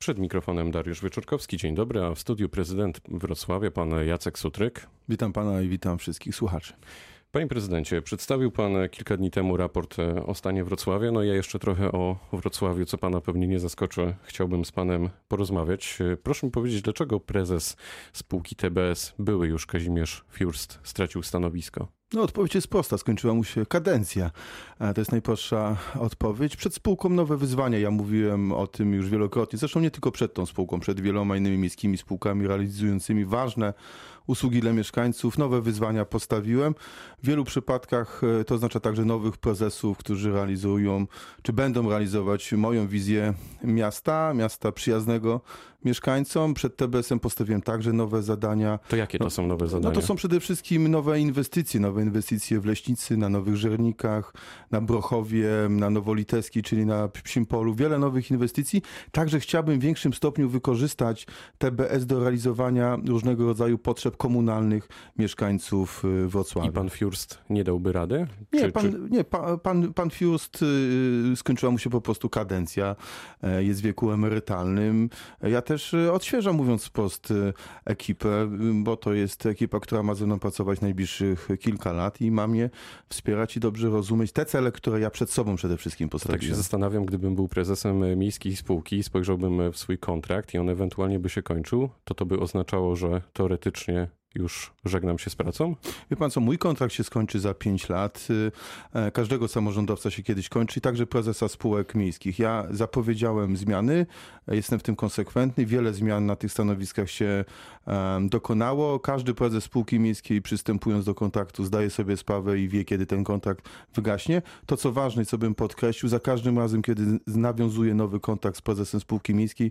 Przed mikrofonem Dariusz Wieczorkowski. Dzień dobry, a w studiu prezydent Wrocławia, pan Jacek Sutryk. Witam pana i witam wszystkich słuchaczy. Panie prezydencie, przedstawił pan kilka dni temu raport o stanie Wrocławia. No ja jeszcze trochę o Wrocławiu, co pana pewnie nie zaskoczy, chciałbym z panem porozmawiać. Proszę mi powiedzieć, dlaczego prezes spółki TBS, były już Kazimierz Fürst, stracił stanowisko? No, odpowiedź jest prosta. Skończyła mu się kadencja. To jest najprostsza odpowiedź. Przed spółką nowe wyzwania. Ja mówiłem o tym już wielokrotnie. Zresztą nie tylko przed tą spółką, przed wieloma innymi miejskimi spółkami realizującymi ważne usługi dla mieszkańców. Nowe wyzwania postawiłem. W wielu przypadkach to oznacza także nowych prezesów, którzy realizują, czy będą realizować moją wizję miasta przyjaznego mieszkańcom. Przed TBS-em postawiłem także nowe zadania. To jakie to są nowe zadania? No to są przede wszystkim nowe inwestycje w Leśnicy, na Nowych Żernikach, na Brochowie, na Nowolitewskiej, czyli na Psim Polu. Wiele nowych inwestycji. Także chciałbym w większym stopniu wykorzystać TBS do realizowania różnego rodzaju potrzeb komunalnych mieszkańców Wrocławia. I pan Fürst nie dałby rady? Pan Fürst, skończyła mu się po prostu kadencja, jest w wieku emerytalnym. Ja też odświeżam, mówiąc wprost, ekipę, bo to jest ekipa, która ma ze mną pracować najbliższych kilka lat i ma mnie wspierać i dobrze rozumieć te cele, które ja przed sobą przede wszystkim postawiłem. Tak się zastanawiam, gdybym był prezesem miejskiej spółki, spojrzałbym w swój kontrakt i on ewentualnie by się kończył, to by oznaczało, że teoretycznie już żegnam się z pracą? Wie pan co, mój kontrakt się skończy za 5 lat. Każdego samorządowca się kiedyś kończy, także prezesa spółek miejskich. Ja zapowiedziałem zmiany, jestem w tym konsekwentny. Wiele zmian na tych stanowiskach się dokonało. Każdy prezes spółki miejskiej, przystępując do kontraktu, zdaje sobie sprawę i wie, kiedy ten kontrakt wygaśnie. To, co ważne i co bym podkreślił, za każdym razem, kiedy nawiązuję nowy kontakt z prezesem spółki miejskiej,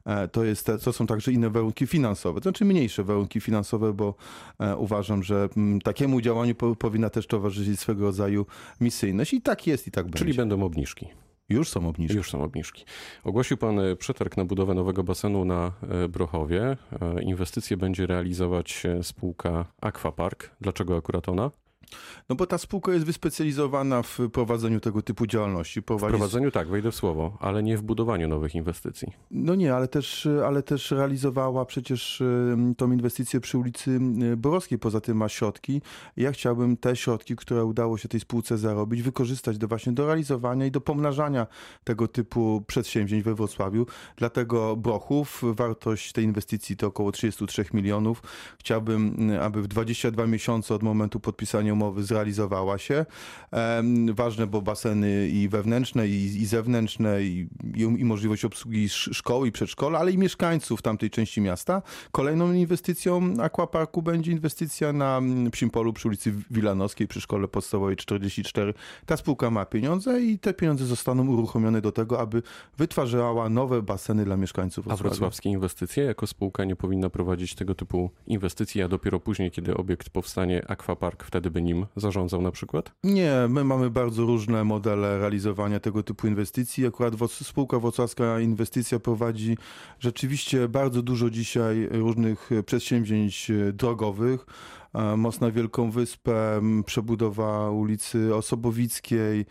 to są także inne warunki finansowe. To znaczy mniejsze warunki finansowe, bo uważam, że takiemu działaniu powinna też towarzyszyć swego rodzaju misyjność i tak jest i tak będzie. Czyli będą obniżki. Już są obniżki. Już są obniżki. Ogłosił pan przetarg na budowę nowego basenu na Brochowie. Inwestycje będzie realizować spółka Aquapark. Dlaczego akurat ona? No bo ta spółka jest wyspecjalizowana w prowadzeniu tego typu działalności. W prowadzeniu tak, wejdę w słowo, ale nie w budowaniu nowych inwestycji. No nie, ale też realizowała przecież tą inwestycję przy ulicy Borowskiej. Poza tym ma środki. Ja chciałbym te środki, które udało się tej spółce zarobić, wykorzystać do realizowania i do pomnażania tego typu przedsięwzięć we Wrocławiu. Dlatego Brochów, wartość tej inwestycji to około 33 milionów. Chciałbym, aby w 22 miesiące od momentu podpisania umowy zrealizowała się. Ważne, bo baseny i wewnętrzne, i zewnętrzne, i możliwość obsługi szkoły i przedszkola, ale i mieszkańców tamtej części miasta. Kolejną inwestycją Aquaparku będzie inwestycja na Psim Polu przy ulicy Wilanowskiej, przy szkole podstawowej 44. Ta spółka ma pieniądze i te pieniądze zostaną uruchomione do tego, aby wytwarzała nowe baseny dla mieszkańców Wrocławia. A wrocławskie inwestycje jako spółka nie powinna prowadzić tego typu inwestycji, a dopiero później, kiedy obiekt powstanie, Aquapark wtedy by nim zarządzał na przykład? Nie, my mamy bardzo różne modele realizowania tego typu inwestycji. Akurat spółka Wrocławska Inwestycja prowadzi rzeczywiście bardzo dużo dzisiaj różnych przedsięwzięć drogowych. Most na Wielką Wyspę, przebudowa ulicy Osobowickiej,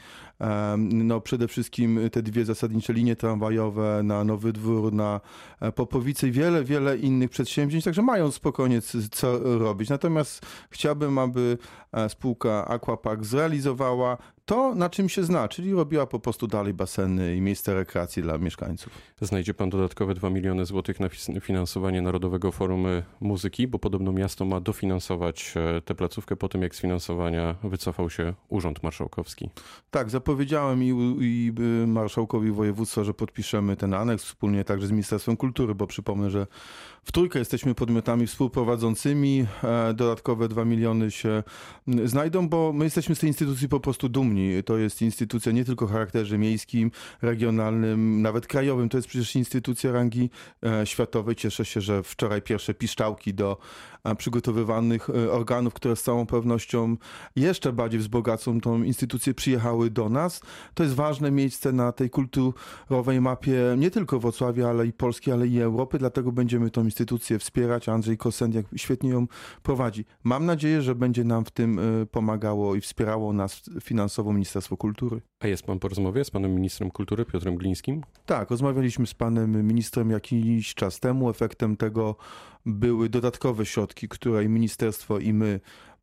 no przede wszystkim te dwie zasadnicze linie tramwajowe na Nowy Dwór, na Popowice i wiele innych przedsięwzięć, także mają spokojnie co robić. Natomiast chciałbym, aby spółka Aquapark zrealizowała to, na czym się zna, czyli robiła po prostu dalej baseny i miejsca rekreacji dla mieszkańców. Znajdzie pan dodatkowe 2 miliony złotych na finansowanie Narodowego Forum Muzyki, bo podobno miasto ma dofinansować tę placówkę po tym, jak z finansowania wycofał się Urząd Marszałkowski. Tak, zapowiedziałem i marszałkowi województwa, że podpiszemy ten aneks wspólnie także z Ministerstwem Kultury, bo przypomnę, że w trójkę jesteśmy podmiotami współprowadzącymi. Dodatkowe 2 miliony się znajdą, bo my jesteśmy z tej instytucji po prostu dumni. To jest instytucja nie tylko o charakterze miejskim, regionalnym, nawet krajowym. To jest przecież instytucja rangi światowej. Cieszę się, że wczoraj pierwsze piszczałki do przygotowywanych organów, które z całą pewnością jeszcze bardziej wzbogacą tą instytucję, przyjechały do nas. To jest ważne miejsce na tej kulturowej mapie nie tylko Wrocławia, ale i Polski, ale i Europy. Dlatego będziemy tą instytucję wspierać. Andrzej Kosendiak świetnie ją prowadzi. Mam nadzieję, że będzie nam w tym pomagało i wspierało nas finansowo finansowo Ministerstwo Kultury. A jest pan po rozmowie z panem ministrem kultury Piotrem Glińskim? Tak, rozmawialiśmy z panem ministrem jakiś czas temu. Efektem tego były dodatkowe środki, które i ministerstwo, i my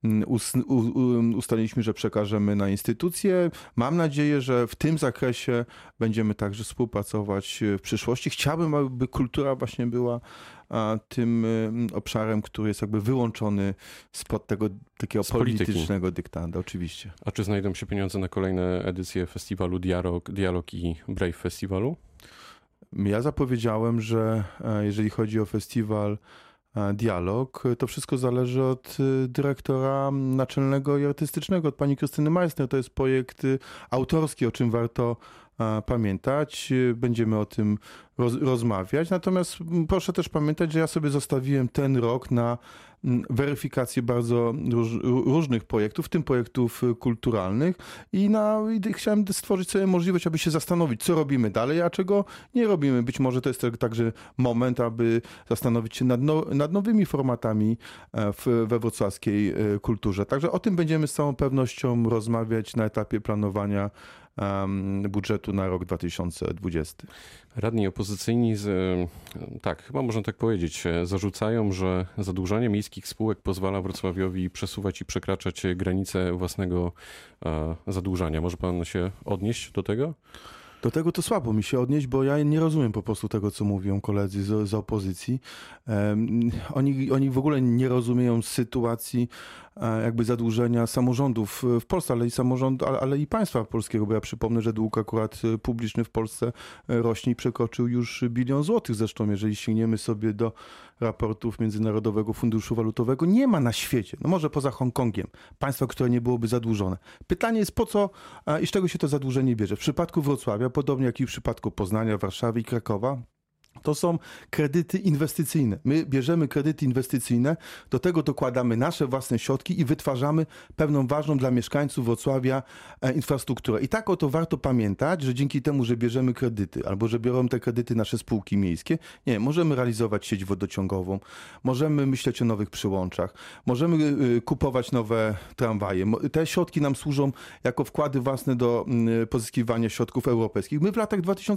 ustaliliśmy, że przekażemy na instytucje. Mam nadzieję, że w tym zakresie będziemy także współpracować w przyszłości. Chciałbym, aby kultura właśnie była tym obszarem, który jest jakby wyłączony spod tego takiego politycznego dyktanda, oczywiście. A czy znajdą się pieniądze na kolejne edycje festiwalu Dialog i Brave Festiwalu? Ja zapowiedziałem, że jeżeli chodzi o festiwal Dialog, to wszystko zależy od dyrektora naczelnego i artystycznego, od pani Krystyny Meissner. To jest projekt autorski, o czym warto pamiętać. Będziemy o tym rozmawiać. Natomiast proszę też pamiętać, że ja sobie zostawiłem ten rok na weryfikację bardzo różnych projektów, w tym projektów kulturalnych i chciałem stworzyć sobie możliwość, aby się zastanowić, co robimy dalej, a czego nie robimy. Być może to jest także moment, aby zastanowić się nad nowymi formatami we wrocławskiej kulturze. Także o tym będziemy z całą pewnością rozmawiać na etapie planowania budżetu na rok 2020. Radni opozycyjni, tak, chyba można tak powiedzieć, zarzucają, że zadłużanie miejskich spółek pozwala Wrocławiowi przesuwać i przekraczać granice własnego zadłużania. Może pan się odnieść do tego? Do tego to słabo mi się odnieść, bo ja nie rozumiem po prostu tego, co mówią koledzy z opozycji. Oni w ogóle nie rozumieją sytuacji jakby zadłużenia samorządów w Polsce, ale i państwa polskiego, bo ja przypomnę, że dług akurat publiczny w Polsce rośnie i przekroczył już 1 bilion złotych. Zresztą jeżeli sięgniemy sobie do raportów Międzynarodowego Funduszu Walutowego, nie ma na świecie, no może poza Hongkongiem, państwa, które nie byłoby zadłużone. Pytanie jest po co i z czego się to zadłużenie bierze. W przypadku Wrocławia, podobnie jak i w przypadku Poznania, Warszawy i Krakowa, to są kredyty inwestycyjne. My bierzemy kredyty inwestycyjne, do tego dokładamy nasze własne środki i wytwarzamy pewną ważną dla mieszkańców Wrocławia infrastrukturę. I tak oto warto pamiętać, że dzięki temu, że bierzemy kredyty, albo że biorą te kredyty nasze spółki miejskie, możemy realizować sieć wodociągową, możemy myśleć o nowych przyłączach, możemy kupować nowe tramwaje. Te środki nam służą jako wkłady własne do pozyskiwania środków europejskich. My w latach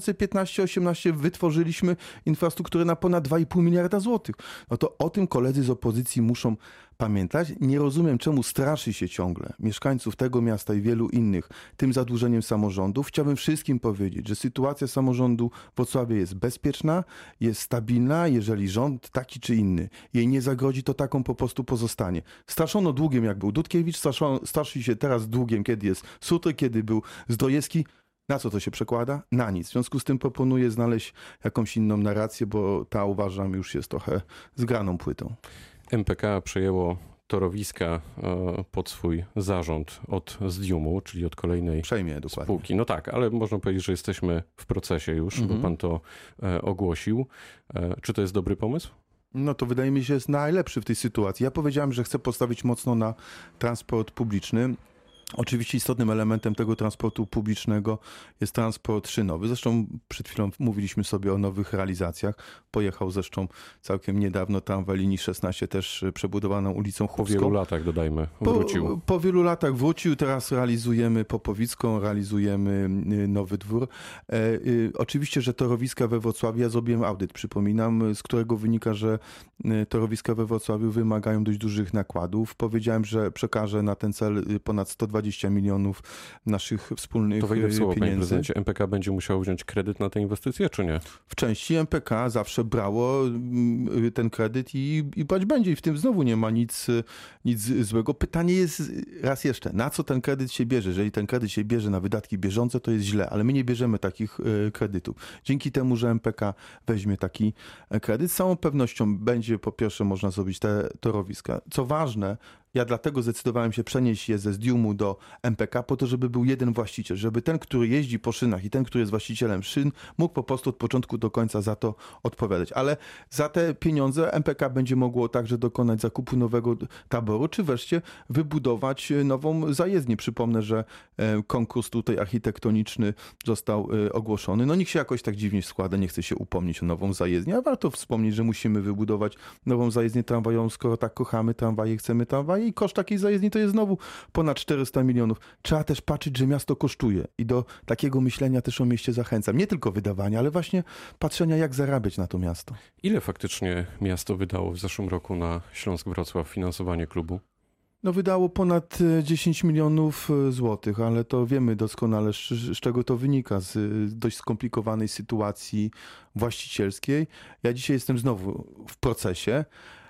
2015-18 wytworzyliśmy infrastrukturę na ponad 2,5 miliarda złotych. No to o tym koledzy z opozycji muszą pamiętać. Nie rozumiem, czemu straszy się ciągle mieszkańców tego miasta i wielu innych tym zadłużeniem samorządów. Chciałbym wszystkim powiedzieć, że sytuacja samorządu w Wrocławiu jest bezpieczna, jest stabilna. Jeżeli rząd taki czy inny jej nie zagrodzi, to taką po prostu pozostanie. Straszono długiem, jak był Dudkiewicz, straszy się teraz długiem, kiedy jest Sutryk, kiedy był Zdrojewski. Na co to się przekłada? Na nic. W związku z tym proponuję znaleźć jakąś inną narrację, bo ta, uważam, już jest trochę zgraną płytą. MPK przejęło torowiska pod swój zarząd od Zdiumu, czyli od kolejnej spółki. No tak, ale można powiedzieć, że jesteśmy w procesie już, bo pan to ogłosił. Czy to jest dobry pomysł? No to wydaje mi się, że jest najlepszy w tej sytuacji. Ja powiedziałem, że chcę postawić mocno na transport publiczny. Oczywiście istotnym elementem tego transportu publicznego jest transport szynowy. Zresztą przed chwilą mówiliśmy sobie o nowych realizacjach. Pojechał zresztą całkiem niedawno tramwaj linii 16 też przebudowaną ulicą Chłopską. Po wielu latach, dodajmy, wrócił. Po wielu latach wrócił. Teraz realizujemy Popowicką, realizujemy Nowy Dwór. Oczywiście, że torowiska we Wrocławiu, ja zrobiłem audyt, przypominam, z którego wynika, że torowiska we Wrocławiu wymagają dość dużych nakładów. Powiedziałem, że przekażę na ten cel ponad 120 milionów naszych wspólnych to wejdę w słowo, pieniędzy. Panie prezydencie, MPK będzie musiał wziąć kredyt na te inwestycje, czy nie? W części MPK zawsze brało ten kredyt i brać będzie. I w tym znowu nie ma nic złego. Pytanie jest raz jeszcze, na co ten kredyt się bierze? Jeżeli ten kredyt się bierze na wydatki bieżące, to jest źle, ale my nie bierzemy takich kredytów. Dzięki temu, że MPK weźmie taki kredyt, z całą pewnością będzie po pierwsze można zrobić te torowiska. Co ważne, ja dlatego zdecydowałem się przenieść je ze Zdiumu do MPK po to, żeby był jeden właściciel, żeby ten, który jeździ po szynach i ten, który jest właścicielem szyn, mógł po prostu od początku do końca za to odpowiadać. Ale za te pieniądze MPK będzie mogło także dokonać zakupu nowego taboru, czy wreszcie wybudować nową zajezdnię. Przypomnę, że konkurs tutaj architektoniczny został ogłoszony. No nikt się jakoś tak dziwnie składa, nie chce się upomnieć o nową zajezdnię, a warto wspomnieć, że musimy wybudować nową zajezdnię tramwajową, skoro tak kochamy tramwaje, chcemy tramwaje i koszt takiej zajezdni to jest znowu ponad 400 milionów. Trzeba też patrzeć, że miasto kosztuje i do takiego myślenia też o mieście zachęcam. Nie tylko wydawania, ale właśnie patrzenia, jak zarabiać na to miasto. Ile faktycznie miasto wydało w zeszłym roku na Śląsk-Wrocław finansowanie klubu? No wydało ponad 10 milionów złotych, ale to wiemy doskonale, z czego to wynika, z dość skomplikowanej sytuacji właścicielskiej. Ja dzisiaj jestem znowu w procesie,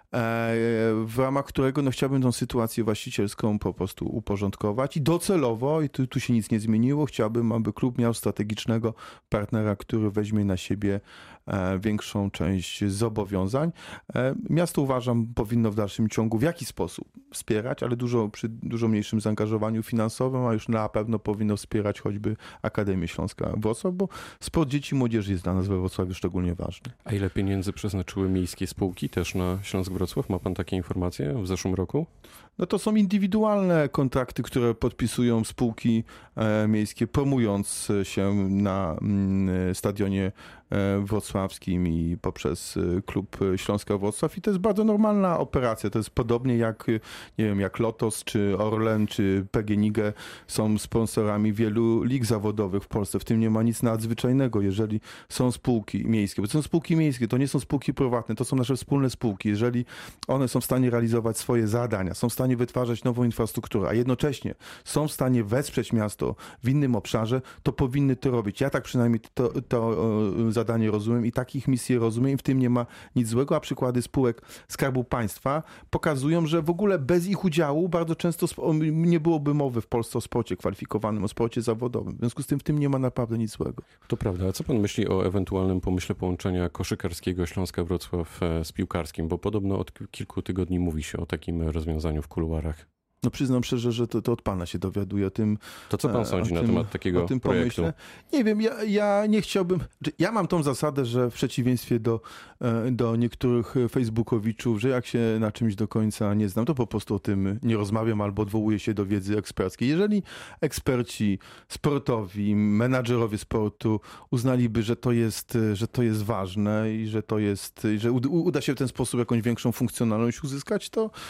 w ramach którego chciałbym tą sytuację właścicielską po prostu uporządkować i docelowo, i tu się nic nie zmieniło, chciałbym, aby klub miał strategicznego partnera, który weźmie na siebie większą część zobowiązań. Miasto, uważam, powinno w dalszym ciągu w jakiś sposób wspierać, ale przy dużo mniejszym zaangażowaniu finansowym, a już na pewno powinno wspierać choćby Akademię Śląska Wrocław, bo sport dzieci i młodzieży jest dla nas we Wrocławiu szczególnie ważny. A ile pieniędzy przeznaczyły miejskie spółki też na Śląsk-Wrocław? Ma pan takie informacje w zeszłym roku? No to są indywidualne kontrakty, które podpisują spółki miejskie, promując się na stadionie wrocławskim i poprzez klub Śląska Wrocław i to jest bardzo normalna operacja. To jest podobnie jak, nie wiem, jak Lotos, czy Orlen, czy PGNiG są sponsorami wielu lig zawodowych w Polsce. W tym nie ma nic nadzwyczajnego, jeżeli są spółki miejskie, bo to są spółki miejskie, to nie są spółki prywatne, to są nasze wspólne spółki. Jeżeli one są w stanie realizować swoje zadania, są w stanie wytwarzać nową infrastrukturę, a jednocześnie są w stanie wesprzeć miasto w innym obszarze, to powinny to robić. Ja tak przynajmniej to zadanie rozumiem i takich misji rozumiem i w tym nie ma nic złego, a przykłady spółek Skarbu Państwa pokazują, że w ogóle bez ich udziału bardzo często nie byłoby mowy w Polsce o sporcie kwalifikowanym, o sporcie zawodowym. W związku z tym w tym nie ma naprawdę nic złego. To prawda. A co pan myśli o ewentualnym pomyśle połączenia koszykarskiego Śląska Wrocław z piłkarskim? Bo podobno od kilku tygodni mówi się o takim rozwiązaniu w kuluarach. No przyznam szczerze, że to od pana się dowiaduję o tym. To co pan sądzi na temat takiego projektu? Pomyśle. Nie wiem, ja nie chciałbym... Ja mam tą zasadę, że w przeciwieństwie do niektórych facebookowiczów, że jak się na czymś do końca nie znam, to po prostu o tym nie rozmawiam albo odwołuję się do wiedzy eksperckiej. Jeżeli eksperci sportowi, menadżerowie sportu uznaliby, że to jest ważne i że uda się w ten sposób jakąś większą funkcjonalność uzyskać,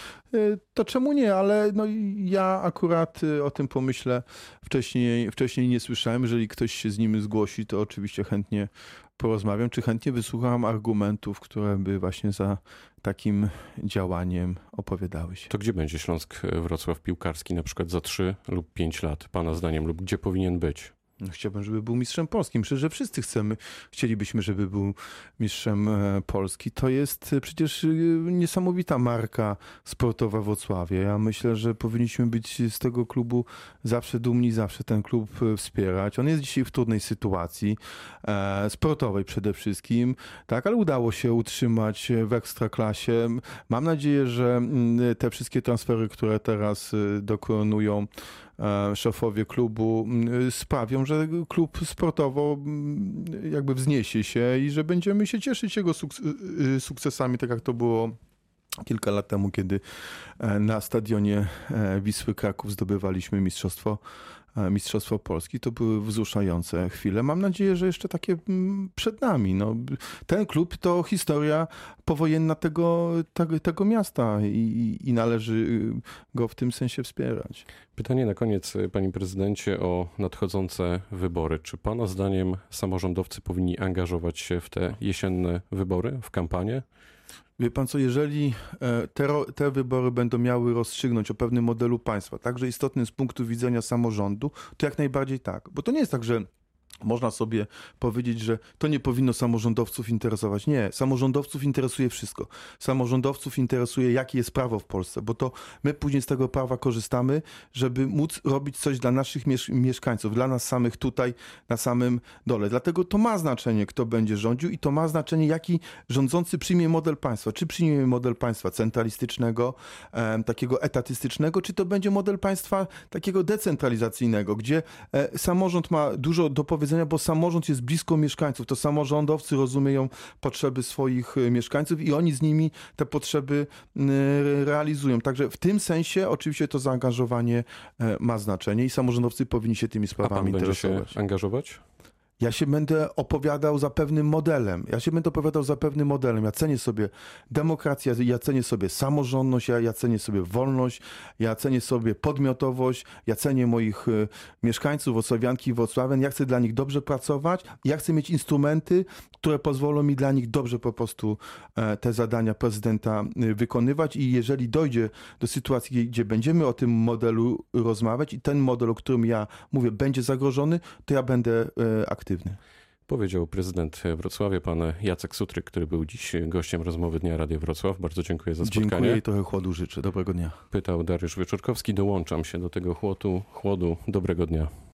to czemu nie? Ale no, ja akurat o tym pomyśle wcześniej nie słyszałem. Jeżeli ktoś się z nim zgłosi, to oczywiście chętnie porozmawiam, czy chętnie wysłucham argumentów, które by właśnie za takim działaniem opowiadały się. To gdzie będzie Śląsk Wrocław piłkarski na przykład za 3 lub 5 lat, pana zdaniem, lub gdzie powinien być? No, chciałbym, żeby był mistrzem polskim. Myślę, że wszyscy chcielibyśmy, żeby był mistrzem Polski. To jest przecież niesamowita marka sportowa Wrocławia. Ja myślę, że powinniśmy być z tego klubu zawsze dumni, zawsze ten klub wspierać. On jest dzisiaj w trudnej sytuacji, sportowej przede wszystkim, tak, ale udało się utrzymać w Ekstraklasie. Mam nadzieję, że te wszystkie transfery, które teraz dokonują szefowie klubu, sprawią, że klub sportowo jakby wzniesie się i że będziemy się cieszyć jego sukcesami, tak jak to było kilka lat temu, kiedy na stadionie Wisły Kraków zdobywaliśmy Mistrzostwo Polski. To były wzruszające chwile. Mam nadzieję, że jeszcze takie przed nami. No, ten klub to historia powojenna tego miasta i należy go w tym sensie wspierać. Pytanie na koniec, panie prezydencie, o nadchodzące wybory. Czy pana zdaniem samorządowcy powinni angażować się w te jesienne wybory, w kampanię? Wie pan co, jeżeli te wybory będą miały rozstrzygnąć o pewnym modelu państwa, także istotnym z punktu widzenia samorządu, to jak najbardziej tak. Bo to nie jest tak, że można sobie powiedzieć, że to nie powinno samorządowców interesować. Nie, samorządowców interesuje wszystko. Samorządowców interesuje, jakie jest prawo w Polsce, bo to my później z tego prawa korzystamy, żeby móc robić coś dla naszych mieszkańców, dla nas samych tutaj na samym dole. Dlatego to ma znaczenie, kto będzie rządził i to ma znaczenie, jaki rządzący przyjmie model państwa. Czy przyjmie model państwa centralistycznego, takiego etatystycznego, czy to będzie model państwa takiego decentralizacyjnego, gdzie samorząd ma dużo do powiedzenia, bo samorząd jest blisko mieszkańców. To samorządowcy rozumieją potrzeby swoich mieszkańców i oni z nimi te potrzeby realizują. Także w tym sensie oczywiście to zaangażowanie ma znaczenie i samorządowcy powinni się tymi sprawami interesować. A pan będzie się angażować? Ja się będę opowiadał za pewnym modelem. Ja cenię sobie demokrację, ja cenię sobie samorządność, ja cenię sobie wolność, ja cenię sobie podmiotowość, ja cenię moich mieszkańców, wrocławianki i wrocławian. Ja chcę dla nich dobrze pracować, ja chcę mieć instrumenty, które pozwolą mi dla nich dobrze po prostu te zadania prezydenta wykonywać i jeżeli dojdzie do sytuacji, gdzie będziemy o tym modelu rozmawiać i ten model, o którym ja mówię, będzie zagrożony, to ja będę aktywny. Powiedział prezydent Wrocławia, pan Jacek Sutryk, który był dziś gościem rozmowy Dnia Radia Wrocław. Bardzo dziękuję za spotkanie. Dziękuję i trochę chłodu życzę. Dobrego dnia. Pytał Dariusz Wieczorkowski. Dołączam się do tego chłodu. Dobrego dnia.